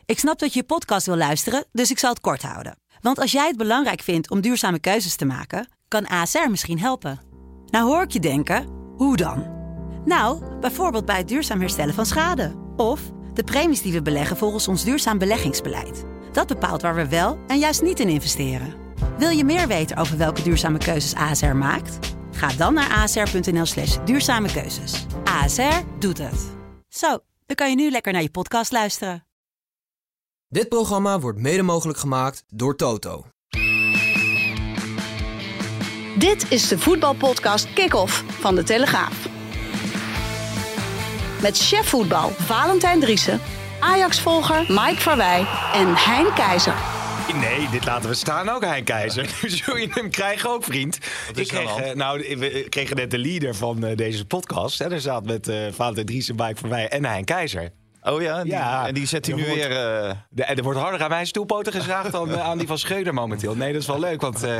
Ik snap dat je podcast wil luisteren, dus ik zal het kort houden. Want als jij het belangrijk vindt om duurzame keuzes te maken, kan ASR misschien helpen. Nou hoor ik je denken, hoe dan? Nou, bijvoorbeeld bij het duurzaam herstellen van schade. Of de premies die we beleggen volgens ons duurzaam beleggingsbeleid. Dat bepaalt waar we wel en juist niet in investeren. Wil je meer weten over welke duurzame keuzes ASR maakt? Ga dan naar asr.nl/duurzame keuzes. ASR doet het. Zo, dan kan je nu lekker naar je podcast luisteren. Dit programma wordt mede mogelijk gemaakt door Toto. Dit is de voetbalpodcast Kick-Off van De Telegraaf. Met chef voetbal Valentijn Driessen, Ajax-volger Mike Verwij en Hein Keizer. Nee, dit laten we staan ook, Hein Keizer. Zul je hem krijgen ook, vriend? We kregen net de leader van deze podcast. En er zat met Valentijn Driessen, Mike Verwij en Hein Keizer. Oh ja, en die zet hij nu weer... Er wordt harder aan mijn stoelpoten gezaagd dan aan die van Schreuder momenteel. Nee, dat is wel leuk, want...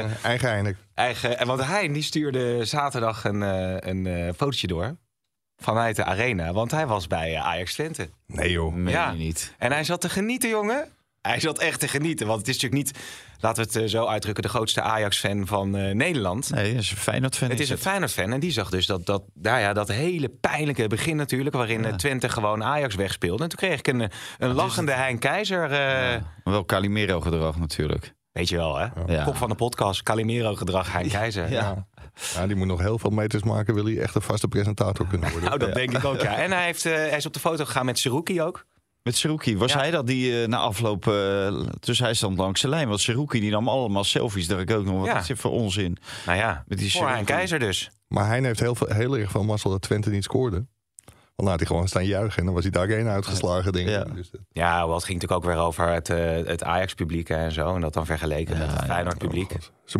Want Hein die stuurde zaterdag een fotootje door vanuit de arena. Want hij was bij Ajax Twente. Nee joh, meen je niet. En hij zat te genieten, jongen. Hij zat echt te genieten, want het is natuurlijk niet, laten we het zo uitdrukken, de grootste Ajax-fan van Nederland. Nee, het is een Feyenoord-fan. Het is een Feyenoord-fan en die zag dus dat hele pijnlijke begin natuurlijk, waarin Twente gewoon Ajax wegspeelde. En toen kreeg ik een lachende Hein Keizer. Wel Calimero-gedrag natuurlijk. Weet je wel, hè? Ja. Kop van de podcast, Calimero-gedrag, Hein Keizer. Ja, die moet nog heel veel meters maken, wil hij echt een vaste presentator kunnen worden. Nou, dat denk ik ook, ja. En hij is op de foto gegaan met Seruki ook. Met Seruki. Was hij dat die na afloop... dus hij stond langs de lijn. Want Seruki die nam allemaal selfies. Dacht ik ook nog. Wat is dit voor onzin? Nou ja, met die Hein Keizer dus. Maar hij heeft heel erg veel mazzel dat Twente niet scoorde. Want dan had hij gewoon staan juichen. En dan was hij daar één uitgeslagen, denk ik. Ja, dus wel, het ging natuurlijk ook weer over het Ajax-publiek en zo. En dat dan vergeleken met het Feyenoord-publiek.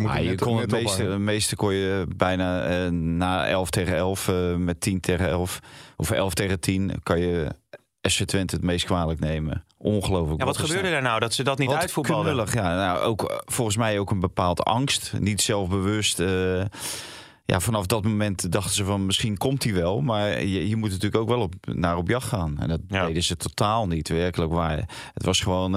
Het meeste kon je bijna na 11 tegen 11... met 10 tegen 11 of 11 tegen 10... kan je... SC Twente het meest kwalijk nemen. Ongelooflijk. Ja, wat gebeurde er nou dat ze dat niet uitvoetbalden? Knullig, ja. Nou, ook, volgens mij ook een bepaald angst. Niet zelfbewust. Vanaf dat moment dachten ze van misschien komt hij wel. Maar je moet natuurlijk ook wel op jacht gaan. En dat deden ze totaal niet, werkelijk waar. Het was gewoon...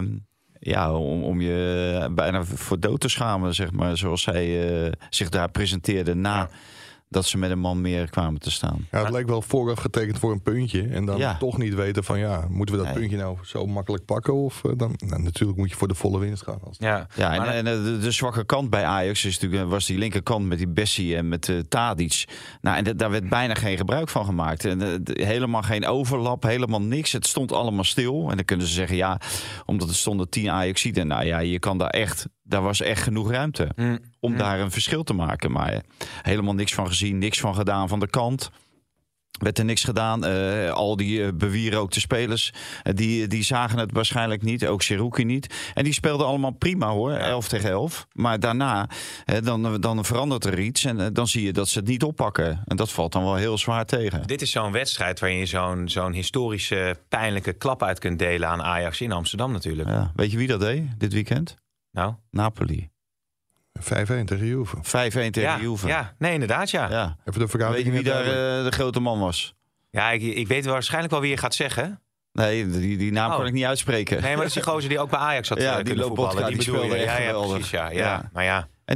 om je bijna voor dood te schamen, zeg maar. Zoals hij zich daar presenteerde na... dat ze met een man meer kwamen te staan. Ja, het leek wel vooraf getekend voor een puntje. En dan toch niet weten van moeten we dat puntje nou zo makkelijk pakken? Of dan natuurlijk moet je voor de volle winst gaan. En de zwakke kant bij Ajax was die linkerkant met die Bessie en met Tadic. Nou, en daar werd bijna geen gebruik van gemaakt. En helemaal geen overlap, helemaal niks. Het stond allemaal stil. En dan kunnen ze zeggen, omdat er stonden 10 Ajaxieten. Nou ja, je kan daar was echt genoeg ruimte om daar een verschil te maken. Maar helemaal niks van gezien, niks van gedaan van de kant. Werd er niks gedaan. Al die bewierookte spelers, die zagen het waarschijnlijk niet. Ook Seruki niet. En die speelden allemaal prima hoor, 11 tegen 11. Maar daarna, dan verandert er iets. En dan zie je dat ze het niet oppakken. En dat valt dan wel heel zwaar tegen. Dit is zo'n wedstrijd waarin je zo'n historische, pijnlijke klap uit kunt delen aan Ajax in Amsterdam natuurlijk. Ja. Weet je wie dat deed dit weekend? Nou? Napoli. 5-1 tegen Juve. 5-1 tegen Juve. Ja, nee, inderdaad, ja. Weet je wie daar de grote man was? Ja, ik weet waarschijnlijk wel wie je gaat zeggen. Nee, die naam kan ik niet uitspreken. Nee, maar dat is die gozer die ook bij Ajax had die voetballen. Die speelde echt geweldig. Precies, ja. Maar ja. En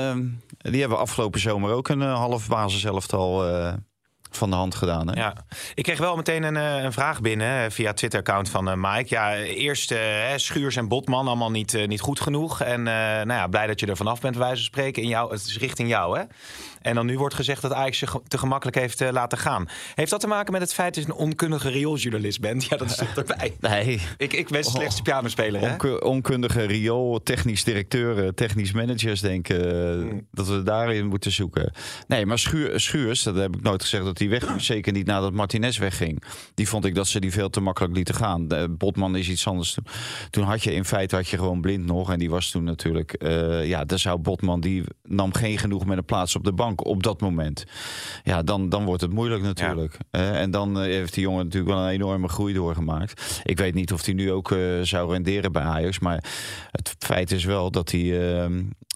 die hebben afgelopen zomer ook een half basiselftal van de hand gedaan. Hè? Ja. Ik kreeg wel meteen een vraag binnen via het Twitter-account van Mike. Ja, eerst Schuurs en Botman allemaal niet goed genoeg. En blij dat je er vanaf bent, bij wijze van spreken. Het is richting jou, hè? En dan nu wordt gezegd dat Ajax zich te gemakkelijk heeft laten gaan. Heeft dat te maken met het feit dat je een onkundige riooljournalist bent? Ja, dat stond erbij. Nee. Ik ben slechtste pianospeler, hè? Onkundige riool, technisch directeuren, technisch managers denken dat we daarin moeten zoeken. Nee, maar Schuurs, dat heb ik nooit gezegd dat hij weg. Zeker niet nadat Martinez wegging. Die vond ik dat ze die veel te makkelijk lieten gaan. Botman is iets anders. Toen had je in feite gewoon Blind nog. En die was toen natuurlijk... daar zou Botman, die nam geen genoeg met een plaats op de bank op dat moment. Ja, dan wordt het moeilijk natuurlijk. Ja. En dan heeft die jongen natuurlijk wel een enorme groei doorgemaakt. Ik weet niet of hij nu ook zou renderen bij Ajax. Maar het feit is wel dat hij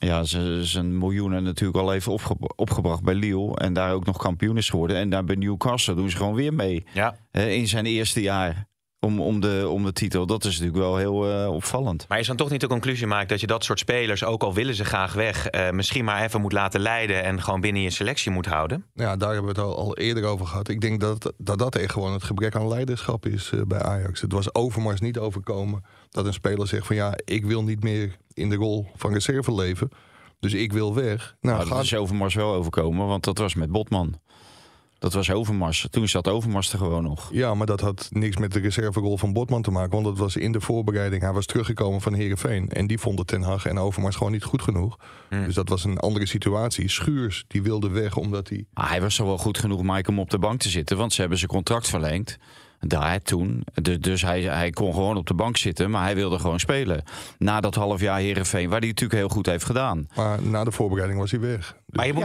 zijn miljoenen natuurlijk al even opgebracht bij Lille. En daar ook nog kampioen is geworden. En daar bij Newcastle doen ze gewoon weer mee. Ja. In zijn eerste jaar om de titel. Dat is natuurlijk wel heel opvallend. Maar je dan toch niet de conclusie maken dat je dat soort spelers, ook al willen ze graag weg, misschien maar even moet laten leiden en gewoon binnen je selectie moet houden? Ja, daar hebben we het al eerder over gehad. Ik denk dat echt gewoon het gebrek aan leiderschap is bij Ajax. Het was Overmars niet overkomen dat een speler zegt van ja, ik wil niet meer in de rol van reserve leven. Dus ik wil weg. Nou, dat is Overmars wel overkomen, want dat was met Botman. Dat was Overmars. Toen zat Overmars er gewoon nog. Ja, maar dat had niks met de reserverol van Botman te maken. Want dat was in de voorbereiding. Hij was teruggekomen van Heerenveen. En die vonden Ten Hag en Overmars gewoon niet goed genoeg. Dus dat was een andere situatie. Schuurs, die wilde weg omdat hij... Maar hij was zo wel goed genoeg, Mike, om op de bank te zitten. Want ze hebben zijn contract verlengd. Daar toen. Dus hij kon gewoon op de bank zitten, maar hij wilde gewoon spelen. Na dat half jaar Heerenveen, waar hij natuurlijk heel goed heeft gedaan. Maar na de voorbereiding was hij weg. Maar je moet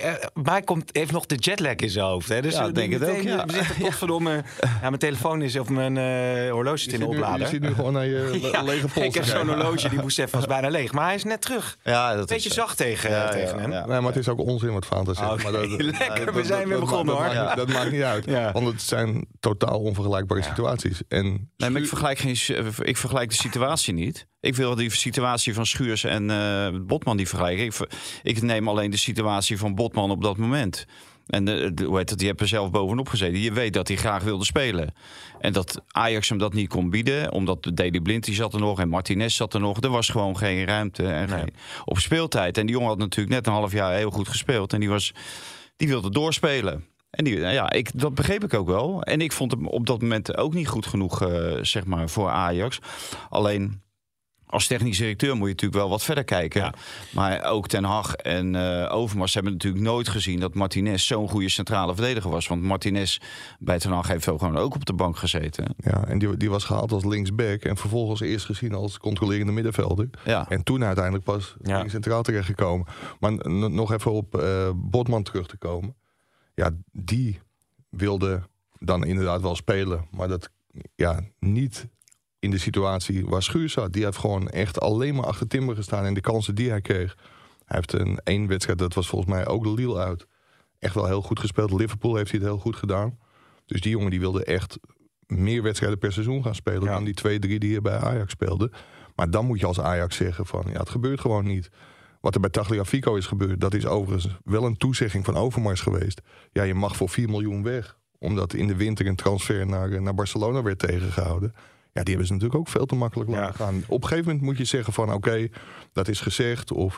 heeft nog de jetlag in zijn hoofd. Hè? Dus ja, denk het ook. Ja. We zitten godverdomme. Mijn telefoon is of mijn horloge zit in de oplader. Je zit nu gewoon naar je lege polsen. Ik heb zo'n horloge, die moest even, was bijna leeg. Maar hij is net terug. Ja, dat beetje is zacht tegen hem. Ja. Nee, maar het is ook onzin wat Faan te zeggen. Maar lekker, we zijn weer begonnen hoor. Dat maakt niet uit. Ja. Want het zijn totaal onvergelijkbare situaties. En nee, maar ik vergelijk de situatie niet. Ik wil die situatie van Schuurs en Botman die vergelijken. Ik neem alleen de situatie van Botman op dat moment. En die hebben zelf bovenop gezeten. Je weet dat hij graag wilde spelen. En dat Ajax hem dat niet kon bieden. Omdat Daley Blind die zat er nog en Martinez zat er nog. Er was gewoon geen ruimte en geen op speeltijd. En die jongen had natuurlijk net een half jaar heel goed gespeeld. En die wilde doorspelen. En dat begreep ik ook wel. En ik vond hem op dat moment ook niet goed genoeg zeg maar, voor Ajax. Alleen... Als technisch directeur moet je natuurlijk wel wat verder kijken. Ja. Maar ook Ten Hag en Overmars hebben natuurlijk nooit gezien... dat Martinez zo'n goede centrale verdediger was. Want Martinez bij Ten Hag heeft gewoon ook op de bank gezeten. Ja, en die was gehaald als linksback... en vervolgens eerst gezien als controlerende middenvelder. Ja. En toen uiteindelijk pas links centraal terechtgekomen. Maar nog even op Botman terug te komen. Ja, die wilde dan inderdaad wel spelen. Maar dat niet... in de situatie waar Schuurs zat. Die heeft gewoon echt alleen maar achter Timber gestaan. En de kansen die hij kreeg. Hij heeft één wedstrijd, dat was volgens mij ook de Lille uit. Echt wel heel goed gespeeld. Liverpool heeft hij het heel goed gedaan. Dus die jongen die wilde echt meer wedstrijden per seizoen gaan spelen... dan die 2-3 die hij bij Ajax speelde. Maar dan moet je als Ajax zeggen van... ja, het gebeurt gewoon niet. Wat er bij Tagliafico is gebeurd... dat is overigens wel een toezegging van Overmars geweest. Ja, je mag voor 4 miljoen weg. Omdat in de winter een transfer naar Barcelona werd tegengehouden... Ja, die hebben ze natuurlijk ook veel te makkelijk laten gaan. Op een gegeven moment moet je zeggen van... oké, dat is gezegd of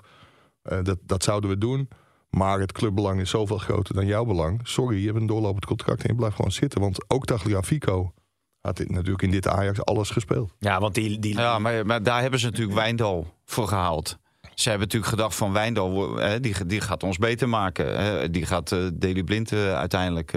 dat zouden we doen. Maar het clubbelang is zoveel groter dan jouw belang. Sorry, je hebt een doorlopend contract en je blijft gewoon zitten. Want ook Tagliafico had natuurlijk in dit Ajax alles gespeeld. Ja, want Ja, maar daar hebben ze natuurlijk Wijndal voor gehaald. Ze hebben natuurlijk gedacht van Wijndal, die gaat ons beter maken. Die gaat Daley Blind uiteindelijk...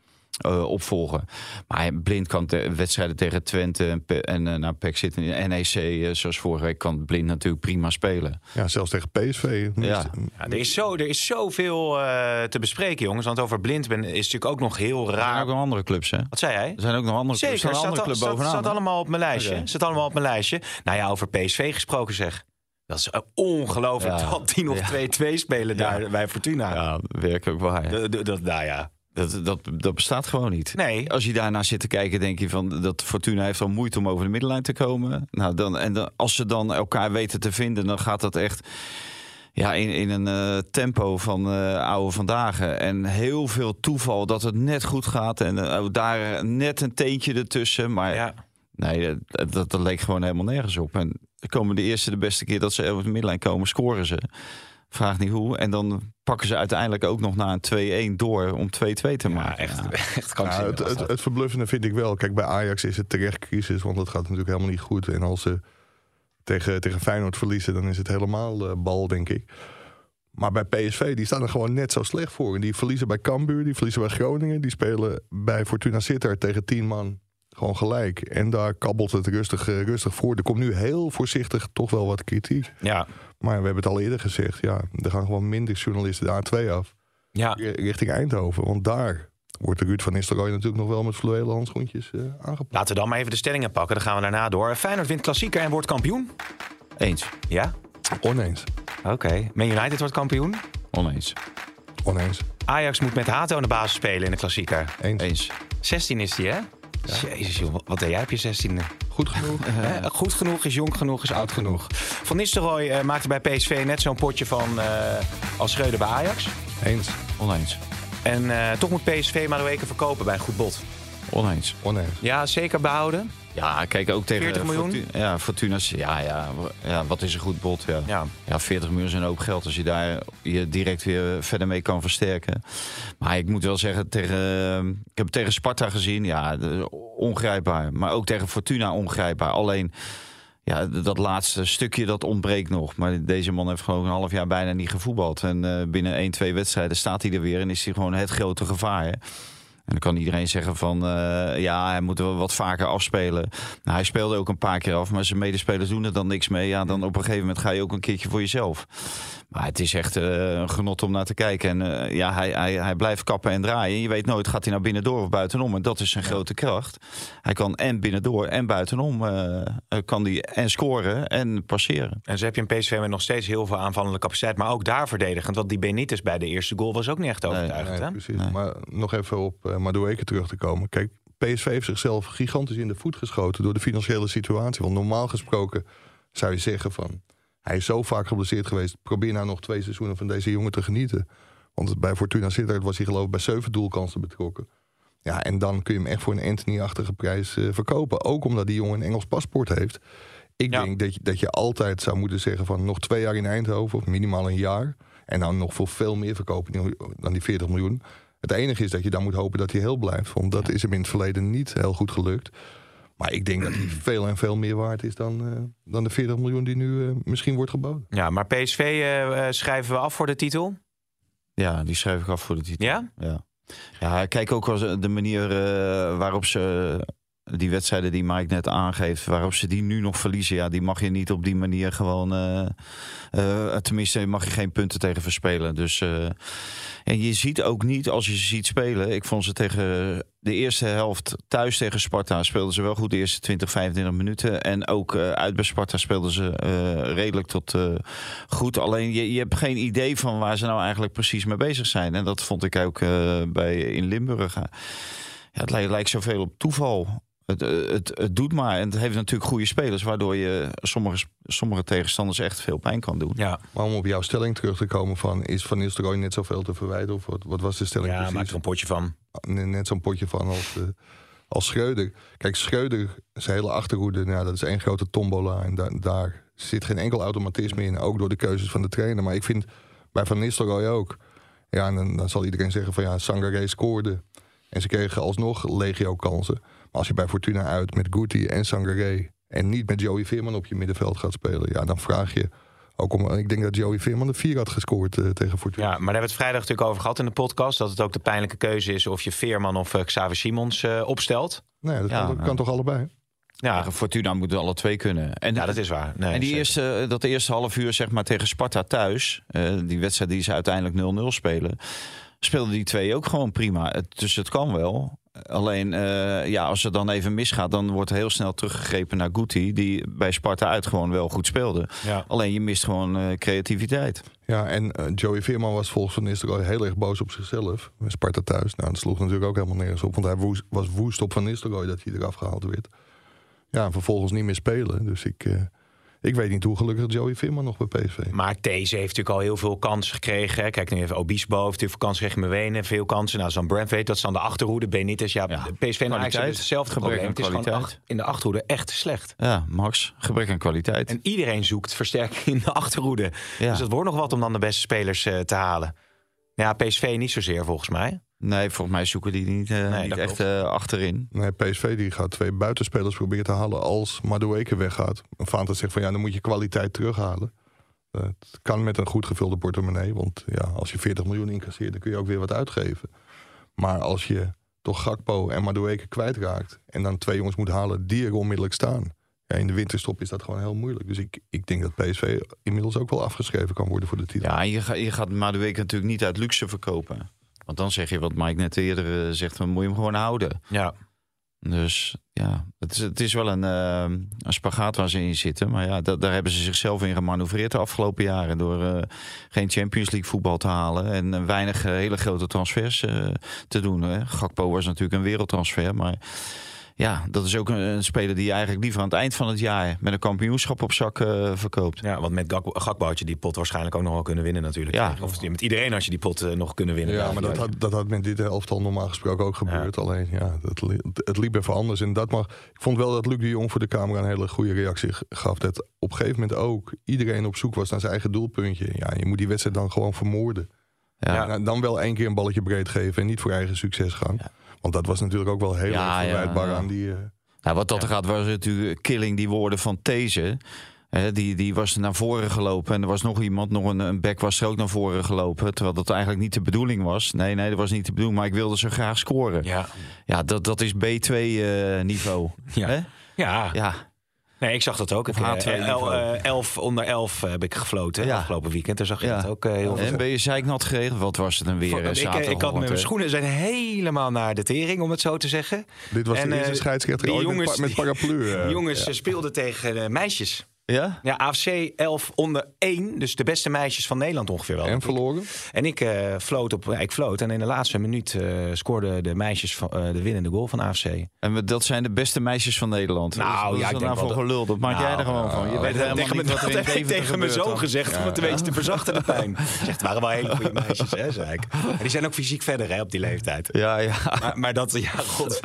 opvolgen. Maar Blind kan wedstrijden tegen Twente en naar PEC zitten in NEC, zoals vorige week, kan Blind natuurlijk prima spelen. Ja, zelfs tegen PSV. Ja. Er is zoveel te bespreken, jongens. Want over Blind is natuurlijk ook nog heel raar. Er zijn ook nog andere clubs, hè? Wat zei jij? Er zijn ook nog andere clubs. Zeker, het staat allemaal op mijn lijstje. Okay. Staat allemaal op mijn lijstje. Nou ja, over PSV gesproken zeg. Dat is ongelooflijk dat 10 of 2-2 spelen daar bij Fortuna. Ja, werk ook waar. Dat bestaat gewoon niet. Nee. Als je daarnaar zit te kijken, denk je van dat Fortuna heeft al moeite om over de middenlijn te komen. Nou, dan, als ze dan elkaar weten te vinden, dan gaat dat echt in een tempo van oude vandaag. En heel veel toeval dat het net goed gaat. En daar net een teentje ertussen. Maar nee, dat leek gewoon helemaal nergens op. En komen de beste keer dat ze over de middenlijn komen, scoren ze. Vraag niet hoe. En dan pakken ze uiteindelijk ook nog na een 2-1 door om 2-2 te maken. Echt kanszinnig. Het verbluffende vind ik wel. Kijk, bij Ajax is het terecht crisis, want het gaat natuurlijk helemaal niet goed. En als ze tegen Feyenoord verliezen, dan is het helemaal bal, denk ik. Maar bij PSV, die staan er gewoon net zo slecht voor. En die verliezen bij Cambuur, die verliezen bij Groningen. Die spelen bij Fortuna Sittard tegen 10 man gewoon gelijk. En daar kabbelt het rustig voor. Er komt nu heel voorzichtig toch wel wat kritiek. Ja. Maar we hebben het al eerder gezegd. Ja, er gaan gewoon minder journalisten de A2 af. Ja. Richting Eindhoven. Want daar wordt de Ruud van Nistelrooy natuurlijk nog wel met fluwelen handschoentjes aangepakt. Laten we dan maar even de stellingen pakken. Dan gaan we daarna door. Feyenoord wint klassieker en wordt kampioen. Eens. Ja? Oneens. Oké. Man United wordt kampioen. Oneens. Oneens. Ajax moet met Hato aan de basis spelen in de klassieker. Eens. 16 is die, hè? Ja. Jezus, joh, wat deed jij op je 16e? Goed genoeg. Goed genoeg is jong genoeg is oud genoeg. Van Nistelrooy maakte bij PSV net zo'n potje van als Schreuder bij Ajax. Eens. Oneens. En toch moet PSV Madueke verkopen bij een goed bod. Oneens. Ja, zeker behouden. Ja, kijk ook tegen 40 miljoen? Fortuna's. Ja, wat is een goed bod? Ja, 40 miljoen is een hoop geld als je daar je direct weer verder mee kan versterken. Maar ik moet wel zeggen, ik heb het tegen Sparta gezien. Ja, ongrijpbaar. Maar ook tegen Fortuna ongrijpbaar. Alleen, ja, dat laatste stukje dat ontbreekt nog. Maar deze man heeft gewoon een half jaar bijna niet gevoetbald. En binnen 1-2 wedstrijden staat hij er weer en is hij gewoon het grote gevaar. Hè? En dan kan iedereen zeggen van, hij moet wel wat vaker afspelen. Nou, hij speelde ook een paar keer af, maar zijn medespelers doen er dan niks mee. Ja, dan op een gegeven moment ga je ook een keertje voor jezelf. Maar het is echt een genot om naar te kijken. En hij blijft kappen en draaien. Je weet nooit, gaat hij nou binnendoor of buitenom? En dat is zijn grote kracht. Hij kan en binnendoor en buitenom kan die en scoren en passeren. En zo heb je een PSV met nog steeds heel veel aanvallende capaciteit. Maar ook daar verdedigend. Want die Benitez bij de eerste goal was ook niet echt overtuigend. Nee, precies. Nee. Maar nog even op Madueke terug te komen. Kijk, PSV heeft zichzelf gigantisch in de voet geschoten door de financiële situatie. Want normaal gesproken zou je zeggen van, hij is zo vaak geblesseerd geweest. Probeer nou nog 2 seizoenen van deze jongen te genieten. Want bij Fortuna Sittard was hij geloof ik bij 7 doelkansen betrokken. Ja, en dan kun je hem echt voor een Anthony-achtige prijs verkopen. Ook omdat die jongen een Engels paspoort heeft. Ik denk dat je altijd zou moeten zeggen van nog 2 jaar in Eindhoven. Of minimaal een jaar. En dan nog voor veel meer verkopen dan die 40 miljoen. Het enige is dat je dan moet hopen dat hij heel blijft. Want dat is hem in het verleden niet heel goed gelukt. Maar ik denk dat hij veel en veel meer waard is dan de 40 miljoen die nu misschien wordt geboden. Ja, maar PSV schrijven we af voor de titel? Ja, die schrijf ik af voor de titel. Ja? Ja, kijk ook als de manier waarop ze die wedstrijden die Mike net aangeeft, waarop ze die nu nog verliezen, ja, die mag je niet op die manier gewoon, tenminste mag je geen punten tegen verspelen. Dus en je ziet ook niet, als je ze ziet spelen, ik vond ze tegen de eerste helft thuis tegen Sparta speelden ze wel goed de eerste 20, 25 minuten. En ook uit bij Sparta speelden ze redelijk tot goed. Alleen je hebt geen idee van waar ze nou eigenlijk precies mee bezig zijn. En dat vond ik ook in Limburg. Ja, het lijkt zoveel op toeval. Het doet maar. En het heeft natuurlijk goede spelers, waardoor je sommige tegenstanders echt veel pijn kan doen. Ja. Maar om op jouw stelling terug te komen is Van Nistelrooy net zoveel te verwijten? Of wat was de stelling precies? Ja, maak er een potje van. Net zo'n potje van als Schreuder. Kijk, Schreuder, zijn hele achterhoede, dat is één grote tombola. En daar zit geen enkel automatisme in, ook door de keuzes van de trainer. Maar ik vind bij Van Nistelrooy ook. Ja, en dan zal iedereen zeggen van Sangaré scoorde. En ze kregen alsnog legio kansen. Maar als je bij Fortuna uit met Guti en Sangaré en niet met Joey Veerman op je middenveld gaat spelen, ja, dan vraag je ook om. Ik denk dat Joey Veerman de 4 had gescoord tegen Fortuna. Ja, maar daar hebben we het vrijdag natuurlijk over gehad in de podcast, dat het ook de pijnlijke keuze is of je Veerman of Xavier Simons opstelt. Nee, dat kan toch allebei? Ja, Fortuna moet alle 2 kunnen. En dat is waar. Nee, en dat eerste half uur zeg maar tegen Sparta thuis, die wedstrijd die ze uiteindelijk 0-0 spelen, speelden die 2 ook gewoon prima. Dus het kan wel. Alleen, als het dan even misgaat, dan wordt er heel snel teruggegrepen naar Guti, die bij Sparta uit gewoon wel goed speelde. Ja. Alleen je mist gewoon creativiteit. Ja, en Joey Veerman was volgens Van Nistelrooy heel erg boos op zichzelf. Bij Sparta thuis. Nou, dat sloeg natuurlijk ook helemaal nergens op. Want hij was woest op Van Nistelrooy dat hij eraf gehaald werd. Ja, en vervolgens niet meer spelen. Dus ik weet niet hoe gelukkig Joey Veerman nog bij PSV. Maar These heeft natuurlijk al heel veel kansen gekregen. Hè. Kijk nu even, Obispo heeft heel veel kansen gekregen. Mewene, veel kansen. Nou, zo'n Brandweet, dat is aan de achterhoede. Benitez, PSV en Ajax hebben hetzelfde probleem. Het is gewoon in de achterhoede echt slecht. Ja, Max, gebrek aan kwaliteit. En iedereen zoekt versterking in de achterhoede. Ja. Dus het wordt nog wat om dan de beste spelers te halen. Ja, PSV niet zozeer volgens mij. Nee, volgens mij zoeken die niet echt achterin. Nee, PSV die gaat 2 buitenspelers proberen te halen als Madueke weggaat. Fanta zegt van dan moet je kwaliteit terughalen. Het kan met een goed gevulde portemonnee. Want als je 40 miljoen incasseert, dan kun je ook weer wat uitgeven. Maar als je toch Gakpo en Madueke kwijtraakt en dan 2 jongens moet halen die er onmiddellijk staan. Ja, in de winterstop is dat gewoon heel moeilijk. Dus ik denk dat PSV inmiddels ook wel afgeschreven kan worden voor de titel. Ja, je gaat Madueke natuurlijk niet uit luxe verkopen. Want dan zeg je wat Mike net eerder zegt, dan moet je hem gewoon houden. Ja. Dus ja, het is wel een spagaat waar ze in zitten. Maar ja, daar hebben ze zichzelf in gemanoeuvreerd de afgelopen jaren. Door geen Champions League voetbal te halen. En weinig hele grote transfers te doen. Hè. Gakpo was natuurlijk een wereldtransfer. Maar Ja, dat is ook een speler die je eigenlijk liever aan het eind van het jaar met een kampioenschap op zak verkoopt. Ja, want met Gakpo had je die pot waarschijnlijk ook nog wel kunnen winnen natuurlijk. Ja. Of met iedereen als je die pot nog kunnen winnen. Ja, maar dat had met dit elftal normaal gesproken ook gebeurd. Ja. Alleen, het liep even anders. En ik vond wel dat Luc de Jong voor de camera een hele goede reactie gaf. Dat op een gegeven moment ook iedereen op zoek was naar zijn eigen doelpuntje. Ja, je moet die wedstrijd dan gewoon vermoorden. Ja. Nou, dan wel 1 keer een balletje breed geven en niet voor eigen succesgang. Ja. Want dat was natuurlijk ook wel heel erg verwijtbaar aan die... wat dat gaat was natuurlijk Killing, die woorden van These. Die was naar voren gelopen. En er was nog iemand, een back was er ook naar voren gelopen. Terwijl dat eigenlijk niet de bedoeling was. Nee, dat was niet de bedoeling. Maar ik wilde ze graag scoren. Ja, dat is B2 niveau. Ja. Ja. Nee, ik zag dat ook. 11 onder 11 heb ik gefloten afgelopen weekend. Daar zag je dat ook heel veel. En ben je zeiknat geregeld? Wat was het dan weer? Ik had mijn schoenen zijn helemaal naar de tering, om het zo te zeggen. Dit was de eerste scheidsrechter ooit met paraplu. Die jongens speelden tegen meisjes. Ja? Ja, AFC 11 onder 1. Dus de beste meisjes van Nederland ongeveer wel. En verloren? En ik floot. En in de laatste minuut scoorden de meisjes de winnende goal van AFC. En dat zijn de beste meisjes van Nederland. Nou, dus ik denk voor gelul. Dat maak jij er gewoon van. Je weet helemaal niet wat er in Deventer tegen me zo gezegd, om het een beetje te verzachten de pijn. Het waren wel hele goede meisjes, hè, zei ik. En die zijn ook fysiek verder, op die leeftijd. Ja. Maar dat, god.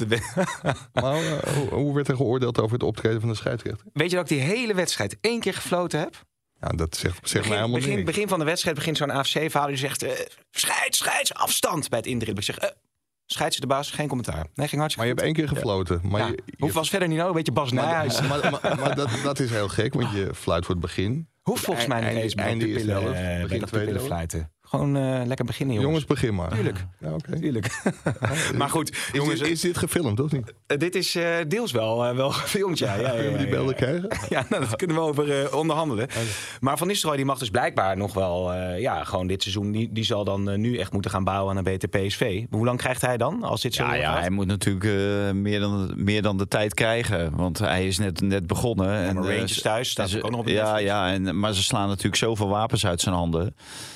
Maar hoe werd er geoordeeld over het optreden van de scheidsrechter? Weet je dat ik die hele wedstrijd 1 keer gefloten heb? Ja, dat zegt mij helemaal niks. Begin van de wedstrijd begint zo'n AFC-vader die zegt... scheids, afstand bij het indribbelen. Ik zeg, scheids de baas, geen commentaar. Nee, ging hartstikke maar je hebt 1 keer gefloten. Maar hoeft was verder niet nodig, een beetje Bas Nijhuis. Maar dat is heel gek, want je fluit voor het begin. Hoeft volgens mij niet eens bij de pupillen fluiten. Gewoon lekker beginnen, jongens. Begin maar. Tuurlijk. Ja, oké. Tuurlijk. Maar goed, jongens. Is dit gefilmd, of niet? Dit is deels wel gefilmd, ja. Kunnen we die beelden krijgen? Ja, dat kunnen we over onderhandelen. Okay. Maar Van Nistelrooy die mag dus blijkbaar nog wel... gewoon dit seizoen, die zal dan nu echt moeten gaan bouwen aan een beter PSV. Hoe lang krijgt hij dan, als dit zo gaat? Hij moet natuurlijk meer dan de tijd krijgen. Want hij is net begonnen. En Rangers thuis staat ook nog op de maar ze slaan natuurlijk zoveel wapens uit zijn handen.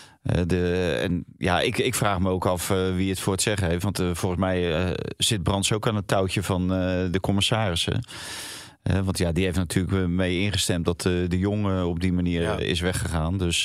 Ik vraag me ook af wie het voor het zeggen heeft. Want volgens mij zit Brands ook aan het touwtje van de commissarissen. Want die heeft natuurlijk mee ingestemd dat de jongen op die manier is weggegaan. Dus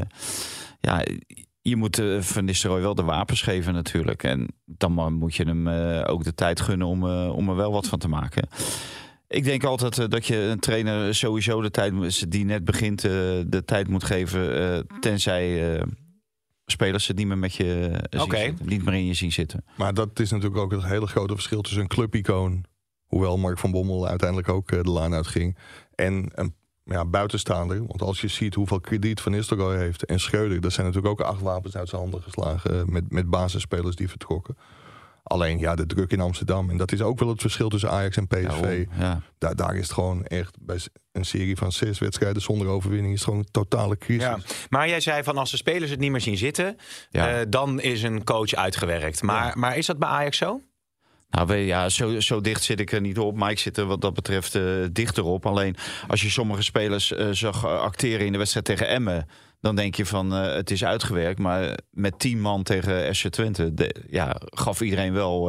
je moet Van Nistelrooy wel de wapens geven natuurlijk. En dan moet je hem ook de tijd gunnen om er wel wat van te maken. Ik denk altijd dat je een trainer sowieso de tijd die net begint de tijd moet geven, tenzij spelers het niet meer met je niet meer in je zien zitten. Maar dat is natuurlijk ook het hele grote verschil tussen een clubicoon, hoewel Mark van Bommel uiteindelijk ook de laan uitging, en een buitenstaander. Want als je ziet hoeveel krediet Van Nistelrooy heeft en Schreuder, dat zijn natuurlijk ook 8 wapens uit zijn handen geslagen met basisspelers die vertrokken. Alleen de druk in Amsterdam. En dat is ook wel het verschil tussen Ajax en PSV. Daar is het gewoon echt bij een serie van 6 wedstrijden zonder overwinning is het gewoon een totale crisis. Ja. Maar jij zei van als de spelers het niet meer zien zitten, dan is een coach uitgewerkt. Maar is dat bij Ajax zo? Nou, zo dicht zit ik er niet op. Maar ik zit er wat dat betreft dichter op. Alleen als je sommige spelers zag acteren in de wedstrijd tegen Emmen, dan denk je van het is uitgewerkt. Maar met 10 man tegen SC Twente gaf iedereen wel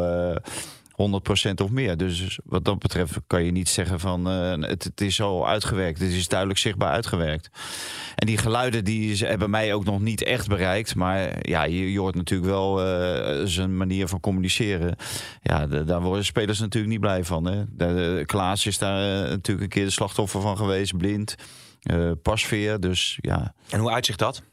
100% of meer. Dus wat dat betreft kan je niet zeggen van het is al uitgewerkt. Het is duidelijk zichtbaar uitgewerkt. En die geluiden die hebben mij ook nog niet echt bereikt. Maar je hoort natuurlijk wel zijn manier van communiceren. Ja, daar worden spelers natuurlijk niet blij van. Hè. Klaas is daar natuurlijk een keer de slachtoffer van geweest. Blind. Pasveer, dus ja. En hoe uitzicht dat?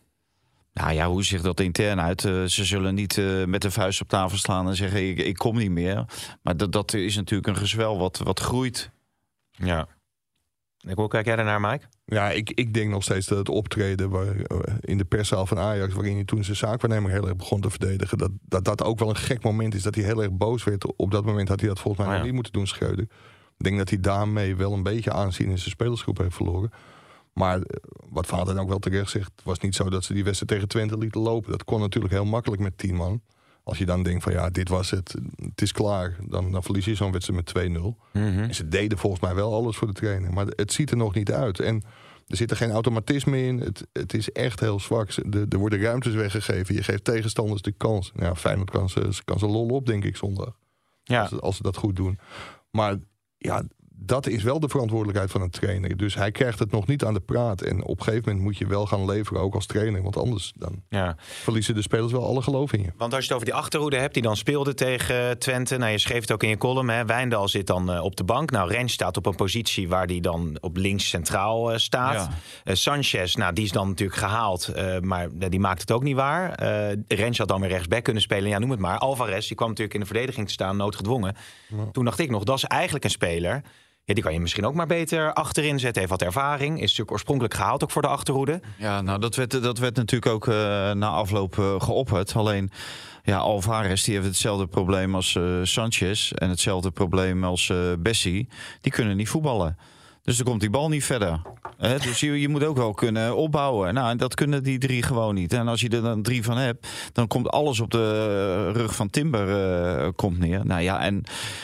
Hoe ziet dat intern uit? Ze zullen niet met de vuist op tafel slaan en zeggen ik kom niet meer. Maar dat is natuurlijk een gezwel wat groeit. Ja. Hoe kijk jij daarnaar, Mike? Ja, ik denk nog steeds dat het optreden in de perszaal van Ajax, waarin hij toen zijn zaakwaarnemer heel erg begon te verdedigen, dat ook wel een gek moment is. Dat hij heel erg boos werd. Op dat moment had hij dat volgens mij nog niet moeten doen, Schreuder. Ik denk dat hij daarmee wel een beetje aanzien in zijn spelersgroep heeft verloren. Maar wat Vader dan ook wel terecht zegt, was niet zo dat ze die wedstrijd tegen Twente lieten lopen. Dat kon natuurlijk heel makkelijk met 10 man. Als je dan denkt van dit was het is klaar, dan verlies je zo'n wedstrijd met 2-0. Mm-hmm. En ze deden volgens mij wel alles voor de trainer. Maar het ziet er nog niet uit. En er zit er geen automatisme in. Het is echt heel zwak. Er worden ruimtes weggegeven. Je geeft tegenstanders de kans. Feyenoord kan ze lol op, denk ik, zondag. Ja. Als ze dat goed doen. Maar ja, dat is wel de verantwoordelijkheid van een trainer. Dus hij krijgt het nog niet aan de praat. En op een gegeven moment moet je wel gaan leveren, ook als trainer. Want anders dan verliezen de spelers wel alle geloof in je. Want als je het over die achterhoede hebt, die dan speelde tegen Twente. Nou, je schreef het ook in je column. Hè? Wijndal zit dan op de bank. Nou, Rens staat op een positie waar die dan op links centraal staat. Ja. Sanchez, nou, die is dan natuurlijk gehaald. Maar die maakt het ook niet waar. Rens had dan weer rechtsback kunnen spelen. Ja, noem het maar. Alvarez, die kwam natuurlijk in de verdediging te staan, noodgedwongen. Ja. Toen dacht ik nog, dat is eigenlijk een speler. Ja, die kan je misschien ook maar beter achterin zetten. Heeft wat ervaring. Is natuurlijk oorspronkelijk gehaald ook voor de achterhoede. Ja, nou dat werd natuurlijk ook na afloop geopperd. Alleen, ja, Alvarez die heeft hetzelfde probleem als Sanchez. En hetzelfde probleem als Bessie. Die kunnen niet voetballen. Dus dan komt die bal niet verder. Dus je moet ook wel kunnen opbouwen. Nou, en dat kunnen die 3 gewoon niet. En als je er dan 3 van hebt, dan komt alles op de rug van Timber komt neer. Nou ja, en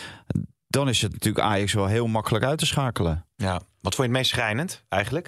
dan is het natuurlijk Ajax wel heel makkelijk uit te schakelen. Ja. Wat vond je het meest schrijnend eigenlijk?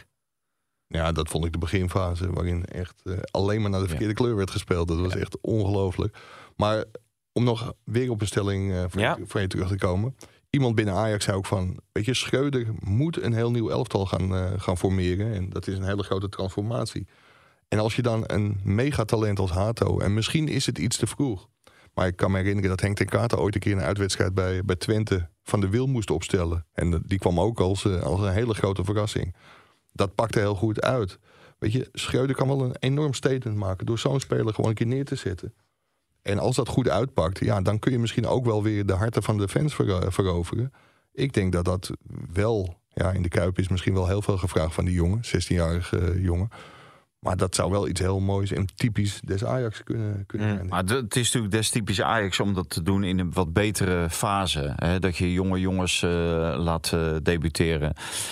Ja, dat vond ik de beginfase, waarin echt alleen maar naar de verkeerde kleur werd gespeeld. Dat was echt ongelooflijk. Maar om nog weer op een stelling van je terug te komen. Iemand binnen Ajax zei ook van, weet je, Schreuder moet een heel nieuw elftal gaan formeren. En dat is een hele grote transformatie. En als je dan een megatalent als Hato, en misschien is het iets te vroeg. Maar ik kan me herinneren dat Henk ten Katen ooit een keer een uitwedstrijd bij Twente Van de Wil moest opstellen. En die kwam ook als een hele grote verrassing. Dat pakte heel goed uit. Weet je, Schreuder kan wel een enorm statement maken door zo'n speler gewoon een keer neer te zetten. En als dat goed uitpakt, ja, dan kun je misschien ook wel weer de harten van de fans veroveren. Ik denk dat dat wel, ja, in de Kuip is misschien wel heel veel gevraagd van die jongen, 16-jarige jongen. Maar dat zou wel iets heel moois en typisch des Ajax kunnen zijn. Maar het is natuurlijk des typisch Ajax om dat te doen in een wat betere fase. Hè? Dat je jonge jongens laat debuteren.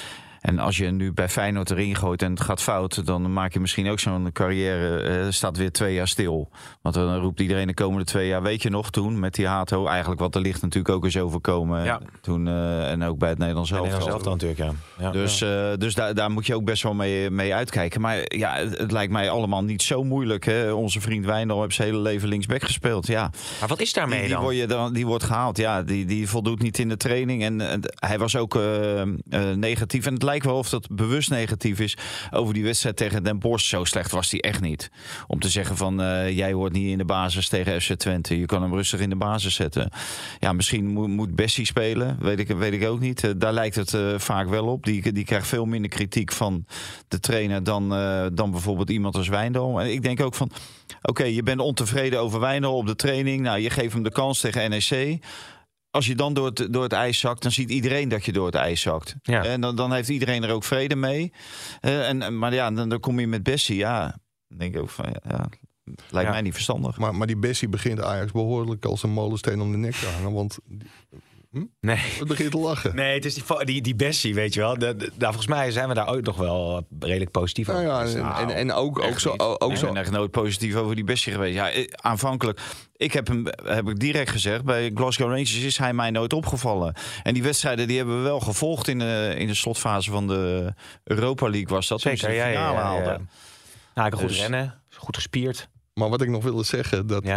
En als je nu bij Feyenoord erin gooit en het gaat fout, dan maak je misschien ook zo'n carrière, staat weer 2 jaar stil. Want dan roept iedereen de komende 2 jaar, weet je nog, toen met die Hato, eigenlijk wat er ligt natuurlijk ook eens overkomen. Ja. Toen, en ook bij het Nederlands elftal natuurlijk, ja. Dus daar moet je ook best wel mee uitkijken. Maar ja, het lijkt mij allemaal niet zo moeilijk. Hè? Onze vriend Wijndal heeft zijn hele leven linksback gespeeld. Ja. Maar wat is daarmee dan? Die wordt gehaald. Ja, die voldoet niet in de training. En hij was ook negatief. En het lijkt wel of dat bewust negatief is over die wedstrijd tegen Den Bosch. Zo slecht was die echt niet. Om te zeggen van, jij hoort niet in de basis tegen FC Twente. Je kan hem rustig in de basis zetten. Ja, misschien moet Bessie spelen. Weet ik ook niet. Daar lijkt het vaak wel op. Die krijgt veel minder kritiek van de trainer dan bijvoorbeeld iemand als Wijndal. En ik denk ook van, oké, je bent ontevreden over Wijndal op de training. Nou, je geeft hem de kans tegen NEC. Als je dan door het ijs zakt, dan ziet iedereen dat je door het ijs zakt. Ja. En dan heeft iedereen er ook vrede mee. Maar ja, dan kom je met Bessie. Ja, dan denk ik ook van, lijkt mij niet verstandig. Maar die Bessie begint Ajax behoorlijk als een molensteen om de nek te hangen. Want nee, het begint te lachen. Nee, het is die Bessie, weet je wel. Volgens mij zijn we daar ook nog wel redelijk positief over. Ja, en ook zo. Ik ben echt nooit positief over die Bessie geweest. Ja, aanvankelijk, heb ik direct gezegd, bij Glasgow Rangers is hij mij nooit opgevallen. En die wedstrijden die hebben we wel gevolgd in de slotfase van de Europa League was dat. Zeker, de finale haalde. Nou, hij kan goed rennen, goed gespierd. Maar wat ik nog wilde zeggen, dat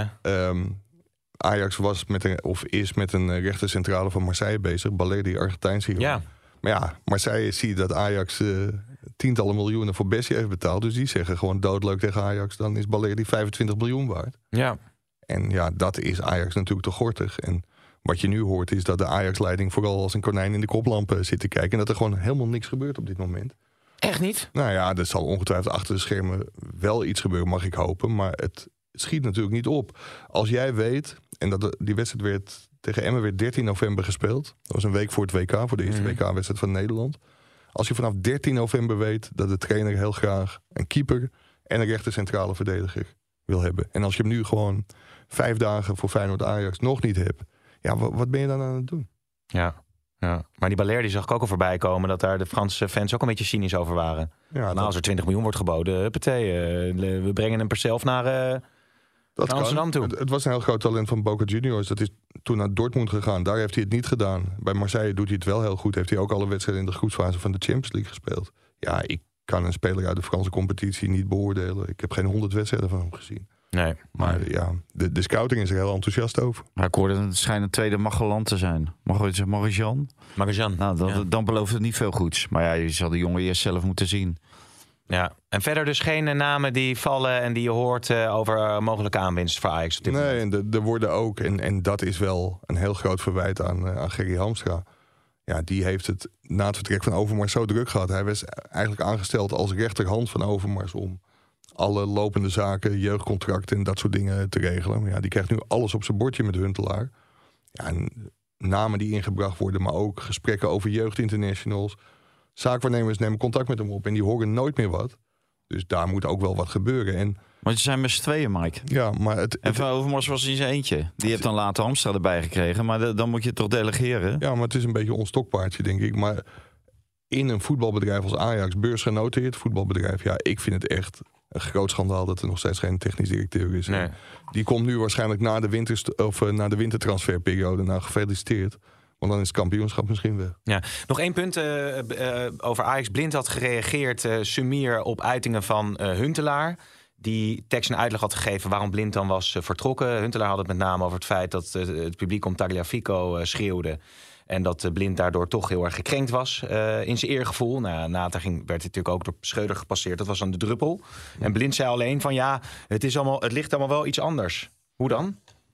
Ajax is met een rechtercentrale van Marseille bezig. Balerdi, Argentijnse jongen. Ja. Maar ja, Marseille ziet dat Ajax tientallen miljoenen voor Bessie heeft betaald. Dus die zeggen gewoon doodleuk tegen Ajax. Dan is Balerdi 25 miljoen waard. Ja. En ja, dat is Ajax natuurlijk te gortig. En wat je nu hoort is dat de Ajax-leiding vooral als een konijn in de koplampen zit te kijken. En dat er gewoon helemaal niks gebeurt op dit moment. Echt niet? Nou ja, er zal ongetwijfeld achter de schermen wel iets gebeuren, mag ik hopen. Maar het schiet natuurlijk niet op. Als jij weet, en dat die wedstrijd tegen Emmen werd 13 november gespeeld. Dat was een week voor het WK, voor de eerste WK-wedstrijd van Nederland. Als je vanaf 13 november weet dat de trainer heel graag een keeper en een rechtercentrale verdediger wil hebben. En als je hem nu gewoon 5 dagen voor Feyenoord-Ajax nog niet hebt. Ja, wat ben je dan aan het doen? Ja. Maar die Balerdi zag ik ook al voorbij komen, dat daar de Franse fans ook een beetje cynisch over waren. Ja, als er 20 miljoen wordt geboden, we brengen hem per zelf naar Amsterdam toe. Het was een heel groot talent van Boca Juniors. Dat is toen naar Dortmund gegaan. Daar heeft hij het niet gedaan. Bij Marseille doet hij het wel heel goed. Heeft hij ook alle wedstrijden in de groepsfase van de Champions League gespeeld. Ja, ik kan een speler uit de Franse competitie niet beoordelen. Ik heb geen 100 wedstrijden van hem gezien. Nee. Maar de scouting is er heel enthousiast over. Maar ik hoorde het schijnt een tweede Magellan te zijn. Magajan? Nou, dan belooft het niet veel goeds. Maar ja, je zal de jongen eerst zelf moeten zien. Ja, en verder dus geen namen die vallen en die je hoort over mogelijke aanwinst voor Ajax. Nee, en er worden ook, en dat is wel een heel groot verwijt aan Gerry Hamstra. Ja, die heeft het na het vertrek van Overmars zo druk gehad. Hij was eigenlijk aangesteld als rechterhand van Overmars om alle lopende zaken, jeugdcontracten en dat soort dingen te regelen. Maar ja, die krijgt nu alles op zijn bordje met Huntelaar. Ja, en namen die ingebracht worden, maar ook gesprekken over jeugdinternationals. Zaakwaarnemers nemen contact met hem op en die horen nooit meer wat. Dus daar moet ook wel wat gebeuren. Want je zijn met z'n tweeën, Mike. Ja, maar en van Overmars was hij in zijn eentje. Die heeft dan later Hamstra erbij gekregen. Maar dan moet je het toch delegeren? Ja, maar het is een beetje een onstokpaardje, denk ik. Maar in een voetbalbedrijf als Ajax, beursgenoteerd voetbalbedrijf, ja, ik vind het echt een groot schandaal dat er nog steeds geen technisch directeur is. Nee. Die komt nu waarschijnlijk na de wintertransferperiode. Nou, gefeliciteerd. Want dan is het kampioenschap misschien weg. Ja. Nog 1 punt over Ajax. Blind had gereageerd, Sumier, op uitingen van Huntelaar. Die tekst en uitleg had gegeven waarom Blind dan was vertrokken. Huntelaar had het met name over het feit dat het publiek om Tagliafico schreeuwde. En dat Blind daardoor toch heel erg gekrenkt was in zijn eergevoel. Nou, werd hij natuurlijk ook door Schreuder gepasseerd. Dat was dan de druppel. En Blind zei alleen van het ligt allemaal wel iets anders. Hoe dan?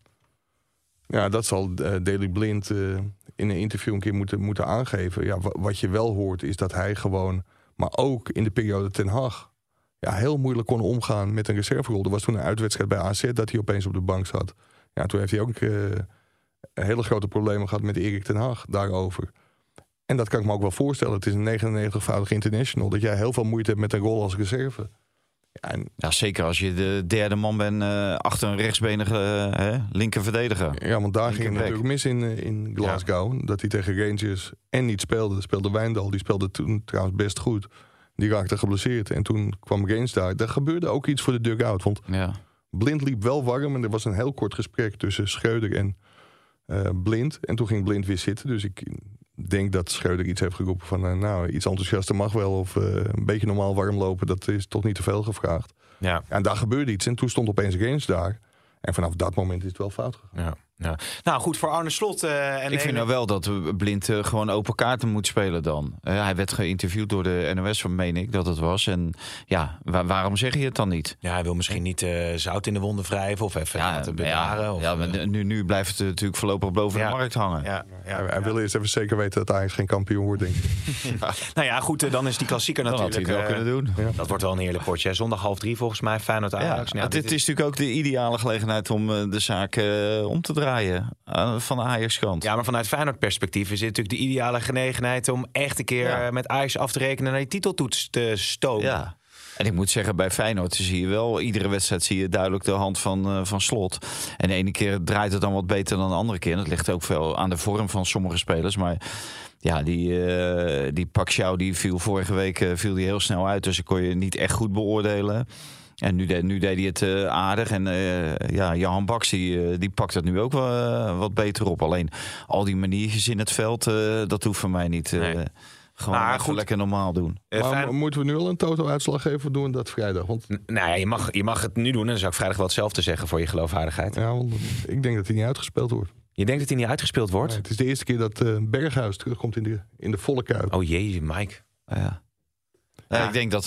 Ja, dat zal Daley Blind in een interview een keer moeten aangeven. Ja, wat je wel hoort is dat hij gewoon, maar ook in de periode Ten Hag, heel moeilijk kon omgaan met een reserverol. Er was toen een uitwedstrijd bij AZ dat hij opeens op de bank zat. Ja, toen heeft hij ook hele grote problemen gehad met Erik ten Hag daarover. En dat kan ik me ook wel voorstellen. Het is een 99-voudig international, dat jij heel veel moeite hebt met een rol als reserve. Ja, zeker als je de derde man bent achter een rechtsbenige linker verdediger. Ja, want daar ging het natuurlijk mis in Glasgow. Ja. Dat hij tegen Rangers en niet speelde. Speelde Wijndal, die speelde toen trouwens best goed. Die raakte geblesseerd. En toen kwam Rangers daar. Daar gebeurde ook iets voor de dugout. Want Blind liep wel warm. En er was een heel kort gesprek tussen Schreuder en Blind. En toen ging Blind weer zitten. Dus ik denk dat Schreuder iets heeft geroepen van iets enthousiaster mag wel. Of een beetje normaal warm lopen. Dat is toch niet te veel gevraagd. Ja. En daar gebeurde iets. En toen stond opeens Rangers daar. En vanaf dat moment is het wel fout gegaan. Ja. Ja. Nou goed, voor Arne Slot. Ik vind nou wel dat Blind gewoon open kaarten moet spelen dan. Hij werd geïnterviewd door de NOS, van meen ik dat het was. En ja, waarom zeg je het dan niet? Ja, hij wil misschien niet zout in de wonden wrijven of even laten bewaren. Ja, maar nu blijft het natuurlijk voorlopig boven de markt hangen. Ja, hij wil eerst even zeker weten dat Ajax geen kampioen wordt, denk ik. Nou ja, goed, dan is die klassieker natuurlijk. Dat had hij wel kunnen doen. Dat wordt wel een heerlijk potje. Hè? Zondag 2:30 volgens mij, Feyenoord Ajax. Ja, dit is natuurlijk ook de ideale gelegenheid om de zaak om te draaien. Van de Ajax-kant. Ja, maar vanuit Feyenoord perspectief is het natuurlijk de ideale genegenheid om echt een keer met Ajax af te rekenen naar die titeltoets te stomen. Ja. En ik moet zeggen, bij Feyenoord zie je wel, iedere wedstrijd zie je duidelijk de hand van Slot. En de ene keer draait het dan wat beter dan de andere keer. En dat ligt ook veel aan de vorm van sommige spelers. Maar ja, die Paxiao die viel vorige week viel die heel snel uit. Dus ik kon je niet echt goed beoordelen. En nu deed hij het aardig. En Johan Baks die pakt het nu ook wel wat beter op. Alleen al die maniertjes in het veld, dat hoeft voor mij niet. Gewoon even lekker normaal doen. Maar moeten we nu al een toto-uitslag geven? Of doen we dat vrijdag? Want nou ja, je mag het nu doen. En dan zou ik vrijdag wel hetzelfde zeggen voor je geloofwaardigheid. Ja, want ik denk dat hij niet uitgespeeld wordt. Je denkt dat hij niet uitgespeeld wordt? Nee, het is de eerste keer dat Berghuis terugkomt in de volle kuip. Oh jee, Mike. Ja. Ja. Ik denk dat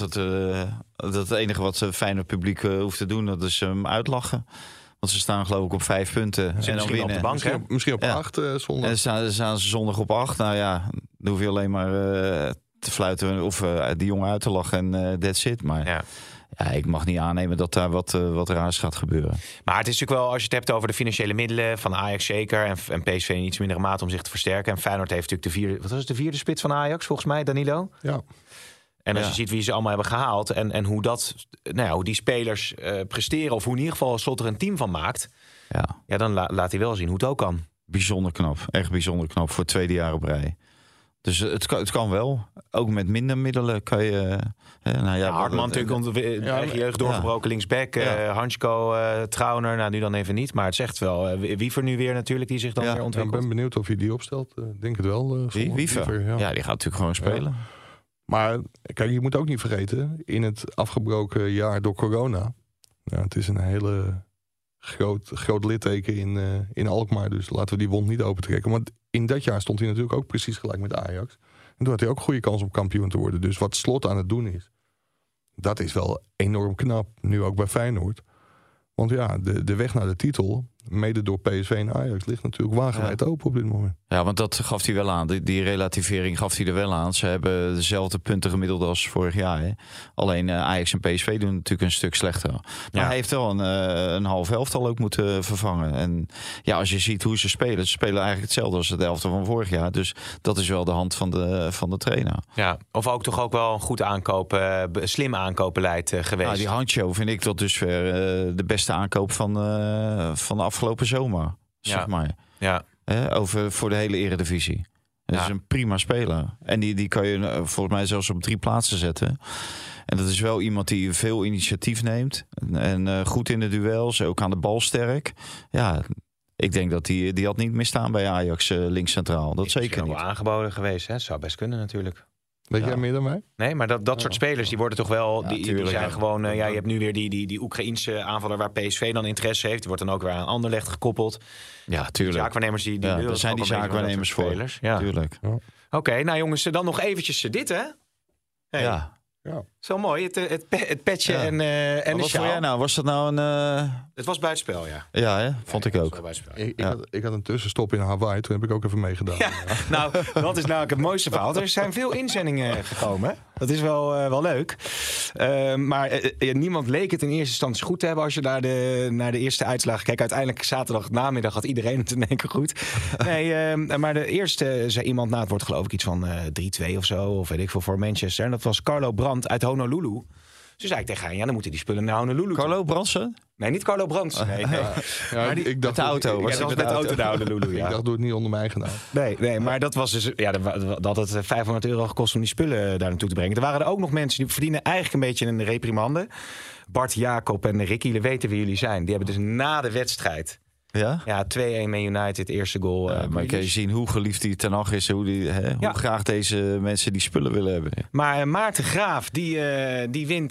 het enige wat ze Feyenoord publiek hoeft te doen, dat is hem uitlachen. Want ze staan geloof ik op 5 punten. Ja, en dan winnen. Op de bank, misschien op 8 zondag. En dan staan ze zondag op 8. Nou ja, dan hoef je alleen maar te fluiten of die jongen uit te lachen en that's it. Maar ik mag niet aannemen dat daar wat raars gaat gebeuren. Maar het is natuurlijk wel, als je het hebt over de financiële middelen van Ajax zeker. En PSV in iets mindere mate om zich te versterken. En Feyenoord heeft natuurlijk de vierde spits van Ajax, volgens mij, Danilo. Ja. En als je ziet wie ze allemaal hebben gehaald en hoe die spelers presteren, of hoe in ieder geval Slot er een team van maakt, dan laat hij wel zien hoe het ook kan. Bijzonder knap, echt bijzonder knap voor het tweede jaar op rij. Dus het kan wel. Ook met minder middelen kan je. Hartman natuurlijk eigen jeugd doorgebroken linksback. Hansko, Trauner, nu dan even niet. Maar het zegt wel. Wiever nu weer natuurlijk, die zich dan weer ontwikkelt. Ik ben benieuwd of je die opstelt. Denk het wel. Wiever? Ja, die gaat natuurlijk gewoon spelen. Ja. Maar kijk, je moet ook niet vergeten, in het afgebroken jaar door corona, Ja, het is een hele groot litteken in Alkmaar. Dus laten we die wond niet opentrekken. Want in dat jaar stond hij natuurlijk ook precies gelijk met Ajax. En toen had hij ook goede kans om kampioen te worden. Dus wat Slot aan het doen is, dat is wel enorm knap. Nu ook bij Feyenoord. Want ja, de weg naar de titel, mede door PSV en Ajax, ligt natuurlijk wagenwijd open op dit moment. Ja, want dat gaf hij wel aan. Die relativering gaf hij er wel aan. Ze hebben dezelfde punten gemiddeld als vorig jaar. Hè? Alleen Ajax en PSV doen natuurlijk een stuk slechter. Maar hij heeft wel een half elftal ook moeten vervangen. En ja, als je ziet hoe ze spelen eigenlijk hetzelfde als het elftal van vorig jaar. Dus dat is wel de hand van de trainer. Ja, of ook toch ook wel een goed slim aankoopbeleid geweest. Nou, die Hancho vind ik tot dusver de beste aankoop van de afgelopen zomer. Zeg maar. Ja. Voor de hele eredivisie. Dat is een prima speler. En die kan je volgens mij zelfs op 3 plaatsen zetten. En dat is wel iemand die veel initiatief neemt. En goed in de duels, ook aan de bal sterk. Ja, ik denk dat die had niet misstaan bij Ajax links centraal. Dat zeker niet. Wel aangeboden geweest, hè? Zou best kunnen natuurlijk. Weet jij meer dan mij? Nee, maar dat soort spelers, die worden toch wel... die zijn gewoon... je hebt nu weer die Oekraïense aanvaller waar PSV dan interesse heeft. Die wordt dan ook weer aan Anderlecht gekoppeld. Ja, tuurlijk. Zaakwaarnemers die daar zijn die zaakwaarnemers voor. Spelers. Ja. Tuurlijk. Ja. Oké, nou jongens, dan nog eventjes dit, hè? Hey. Ja. Zo mooi, het petje en de wat sjaal. vond jij nou? Was dat nou een... Het was buitenspel, ja. Ja, hè? Vond ik ook. Ik had een tussenstop in Hawaii, toen heb ik ook even meegedaan. Ja, nou, dat is namelijk het mooiste verhaal. Er zijn veel inzendingen gekomen. Dat is wel leuk. Maar niemand leek het in eerste instantie goed te hebben als je naar de eerste uitslagen kijkt. Uiteindelijk zaterdag namiddag had iedereen het in één keer goed. Nee, maar de eerste zei iemand, het wordt geloof ik iets van 3-2 of zo. Of weet ik veel voor Manchester. En dat was Carlo Brandt uit Honolulu. Dus zei ik tegen hem, dan moeten die spullen naar Honolulu. Carlo Brandsen? Nee, niet Carlo Brandsen. Nee. Maar ik dacht de auto. Was met de auto naar Honolulu, Ik dacht, doe het niet onder mijn eigen naam. Nee, maar dat was dus... Ja, dat had het €500 gekost om die spullen daar naartoe te brengen. Er waren er ook nog mensen die verdienen eigenlijk een beetje een reprimande. Bart Jacob en Ricky, jullie weten wie jullie zijn. Die hebben dus na de wedstrijd... Ja, 2-1 Man United, eerste goal. Maar kan je zien hoe geliefd die Ten Hag is, hoe graag deze mensen die spullen willen hebben. Maar Maarten Graaf, die wint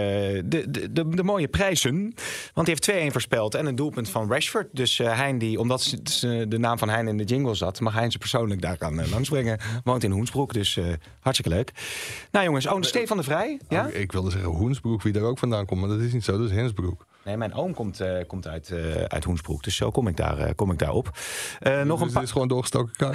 de mooie prijzen. Want die heeft 2-1 voorspeld en een doelpunt van Rashford. Dus Hein, omdat de naam van Hein in de jingle zat, mag Hein ze persoonlijk daar gaan langsbrengen. Woont in Hoensbroek, dus hartstikke leuk. Nou jongens, Stefan de Vrij. Ja? Ik wilde zeggen Hoensbroek, wie daar ook vandaan komt, maar dat is niet zo, dat is Hensbroek. Nee, mijn oom komt uit Hoensbroek, dus zo kom ik daar op. Nog dus het is gewoon doorgestoken kaart.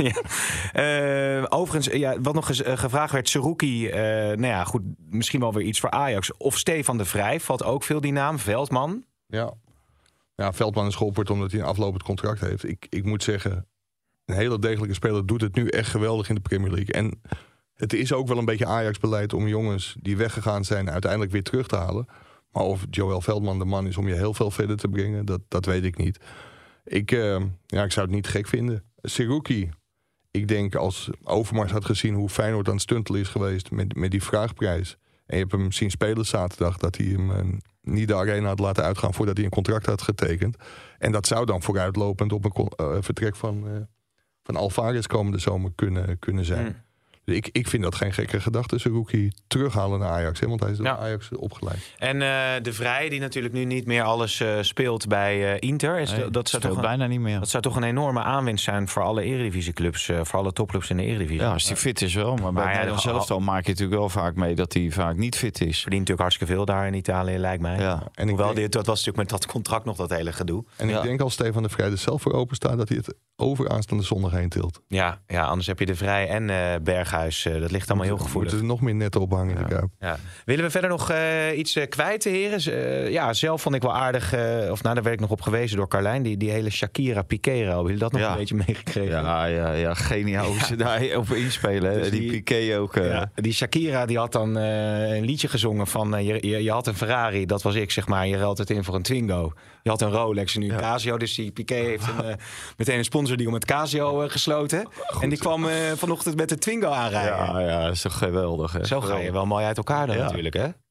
Ja. Overigens, wat nog eens gevraagd werd, Seruki, goed, misschien wel weer iets voor Ajax. Of Stefan de Vrij, valt ook veel die naam. Veldman. Ja, Veldman is geopperd omdat hij een aflopend contract heeft. Ik moet zeggen, een hele degelijke speler doet het nu echt geweldig in de Premier League. En het is ook wel een beetje Ajax-beleid om jongens die weggegaan zijn uiteindelijk weer terug te halen. Maar of Joël Veldman de man is om je heel veel verder te brengen, dat weet ik niet. Ik zou het niet gek vinden. Seruki, ik denk als Overmars had gezien hoe Feyenoord aan het stuntelen is geweest met die vraagprijs. En je hebt hem zien spelen zaterdag, dat hij hem niet de arena had laten uitgaan voordat hij een contract had getekend. En dat zou dan vooruitlopend op een vertrek van Alvarez komende zomer kunnen zijn. Ik vind dat geen gekke gedachte, Seruki terughalen naar Ajax. Hè, want hij is door Ajax opgeleid. En de Vrij, die natuurlijk nu niet meer alles speelt bij Inter. Dat zou toch bijna niet meer. Dat zou toch een enorme aanwinst zijn voor alle eredivisieclubs. Voor alle topclubs in de eredivisie. Ja, als hij fit is wel. Maar bij Nederland zelf al maak je natuurlijk wel vaak mee dat hij vaak niet fit is. Verdient natuurlijk hartstikke veel daar in Italië, lijkt mij. Ja. En hoewel dat was natuurlijk met dat contract nog dat hele gedoe. En ik denk als Stefan de Vrij er zelf voor open staat, dat hij het over aanstaande zondag heen tilt. Ja, anders heb je de Vrij en Berghuis. Dat ligt allemaal heel gevoelig. Moeten er nog meer net ophangen in de Kuip. Ja. Willen we verder nog iets kwijt, heren? Zelf vond ik wel aardig. Daar werd ik nog op gewezen door Carlijn. Die hele Shakira-Piqué-ruil. Hebben jullie dat nog een beetje meegekregen? Ja, geniaal hoe ze daar op inspelen. Dus die Piqué ook. Die Shakira die had dan een liedje gezongen van... Je had een Ferrari, dat was ik, zeg maar. Je ruilt het in voor een Twingo. Je had een Rolex en nu een Casio. Dus die Piqué heeft meteen een sponsordeal met Casio gesloten. Goed. En die kwam vanochtend met de Twingo aanrijden. Ja, dat is toch geweldig. Hè? Zo ga je wel mooi uit elkaar dan natuurlijk, hè?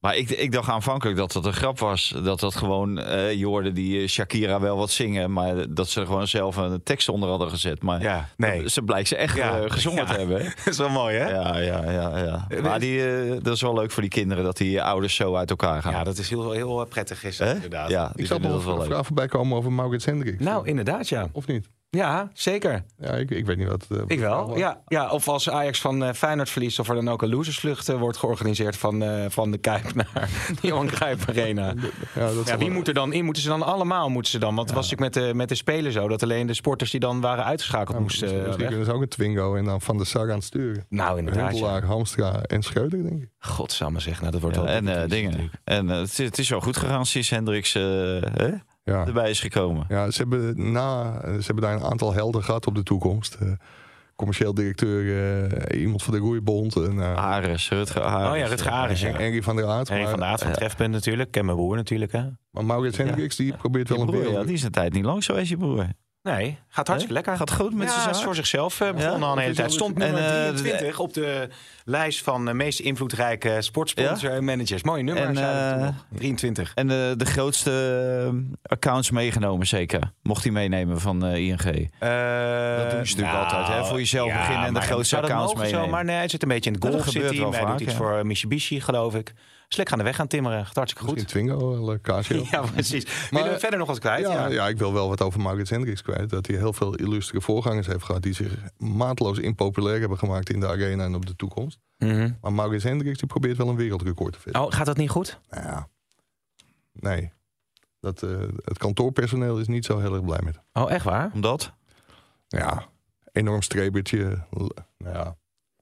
Maar ik dacht aanvankelijk dat het een grap was. Dat gewoon, je hoorde die Shakira wel wat zingen. Maar dat ze er gewoon zelf een tekst onder hadden gezet. Maar ze blijkt ze echt gezongen te hebben. Hè? Dat is wel mooi, hè? Ja. Maar dat is wel leuk voor die kinderen dat die ouders zo uit elkaar gaan. Ja, dat is heel prettig is dat, inderdaad. Ja, ik zag nog een vraag voorbij komen over Maurits Hendricks. Nou, inderdaad, ja. Of niet? Ja, zeker. Ja, ik weet niet wat... ik wel, ja. Of als Ajax van Feyenoord verliest... of er dan ook een losersvlucht wordt georganiseerd... van de Kuip naar de Johan Cruijff Arena. Wie moet er dan in? Moeten ze dan allemaal? Want het was natuurlijk met de spelers zo... dat alleen de sporters die dan waren uitgeschakeld moesten... Misschien kunnen ze ook een Twingo en dan Van der Sar aan het sturen. Nou, inderdaad. Huntelaar, Hamstra en Schreuder, denk ik. Godsamme zeg, nou, dat wordt wel... En dingen. En het is wel goed gegaan sinds Hendricks... erbij is gekomen. Ja, ze hebben daar een aantal helden gehad op de toekomst. Commercieel directeur, iemand van de Roeibond. Rutger Ares. Rutger Ares. Henry van der Aert. Henry van der Aert van Trefpunt natuurlijk. Ken mijn broer natuurlijk. Hè? Maar Maurits Hendricks die probeert wel een wereld. Ja, die is een tijd niet lang zo als je broer. Nee, gaat hartstikke lekker. Gaat goed met zijn zaak. Voor zichzelf begonnen al een hele tijd. Stond nummer 23 op de lijst van de meest invloedrijke sportsponsor en managers. Mooie nummer, nog. 23. En de grootste accounts meegenomen zeker. Mocht hij meenemen van ING. Dat doen ze natuurlijk altijd. Hè? Voor jezelf beginnen en de grootste accounts meenemen. Maar nee, hij zit een beetje in het Golf City. Hij doet iets voor Mitsubishi, geloof ik. Slek gaan de weg gaan timmeren. Gaat hartstikke goed. Misschien Twingo, Casio. Ja, precies. Willen we verder nog wat kwijt? Ja, ik wil wel wat over Maurits Hendricks kwijt. Dat hij heel veel illustere voorgangers heeft gehad... die zich mateloos impopulair hebben gemaakt in de arena en op de toekomst. Mm-hmm. Maar Maurits Hendricks die probeert wel een wereldrecord te vinden. Oh, gaat dat niet goed? Nou ja, nee. Het kantoorpersoneel is niet zo heel erg blij met hem. Oh, echt waar? Omdat? Ja, enorm strebertje. Nou ja.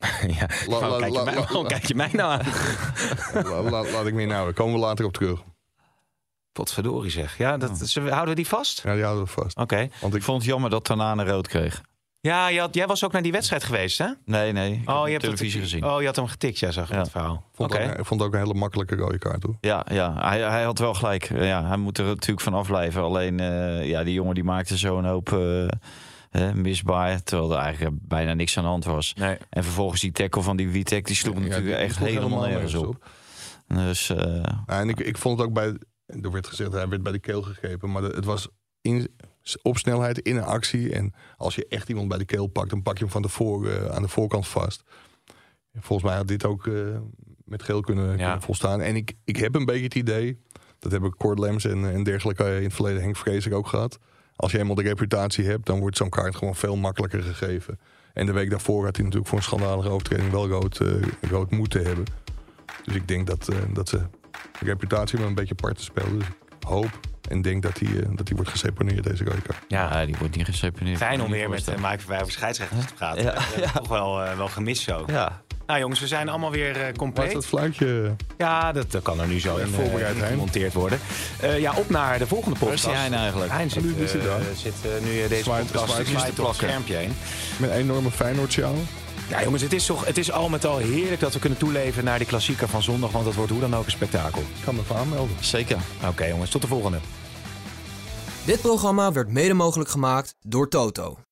Kijk je mij nou aan? Laat ik me inhouden. Komen we later op terug. Potverdorie zeg. Ja, houden we die vast? Ja, die houden we vast. Oké. Want ik vond het jammer dat Tanane rood kreeg. Ja, jij was ook naar die wedstrijd geweest, hè? Nee. Ik heb je hebt televisie gezien. Oh, je had hem getikt, zag je het verhaal. Ik vond het ook een hele makkelijke rode kaart, hoor. Ja. Hij had wel gelijk. Ja, hij moet er natuurlijk van afblijven. Alleen, die jongen die maakte zo'n hoop... misbaar, terwijl er eigenlijk bijna niks aan de hand was. Nee. En vervolgens die tackle van die Witek, die sloeg natuurlijk echt helemaal nergens op. Dus, en ik vond het ook er werd gezegd, hij werd bij de keel gegrepen, maar het was op snelheid in een actie. En als je echt iemand bij de keel pakt, dan pak je hem van aan de voorkant vast. Volgens mij had dit ook met geel kunnen volstaan. En ik heb een beetje het idee, dat hebben Cor Lems en dergelijke in het verleden Henk Vrezer ook gehad. Als je eenmaal de reputatie hebt, dan wordt zo'n kaart gewoon veel makkelijker gegeven. En de week daarvoor had hij natuurlijk voor een schandalige overtreding wel rood moeten hebben. Dus ik denk dat ze de reputatie wel een beetje apart spelen. Dus ik hoop en denk dat hij wordt geseponeerd, deze rode kaart. Ja, die wordt niet geseponeerd. Fijn om weer met Mike Verwij over scheidsrechters te praten. Ja. Toch wel gemist zo. Ja. Nou jongens, we zijn allemaal weer compleet. Wat is dat fluitje? Ja, dat kan er nu zo in gemonteerd worden. Op naar de volgende podcast. Waar is hij eigenlijk? Hij zit nu deze podcast te plakken. Schermpje heen. Met een enorme Feyenoord-sjaal. Ja jongens, het is al met al heerlijk dat we kunnen toeleven naar die klassieker van zondag. Want dat wordt hoe dan ook een spektakel. Ik kan me even aanmelden. Zeker. Oké jongens, tot de volgende. Dit programma werd mede mogelijk gemaakt door Toto.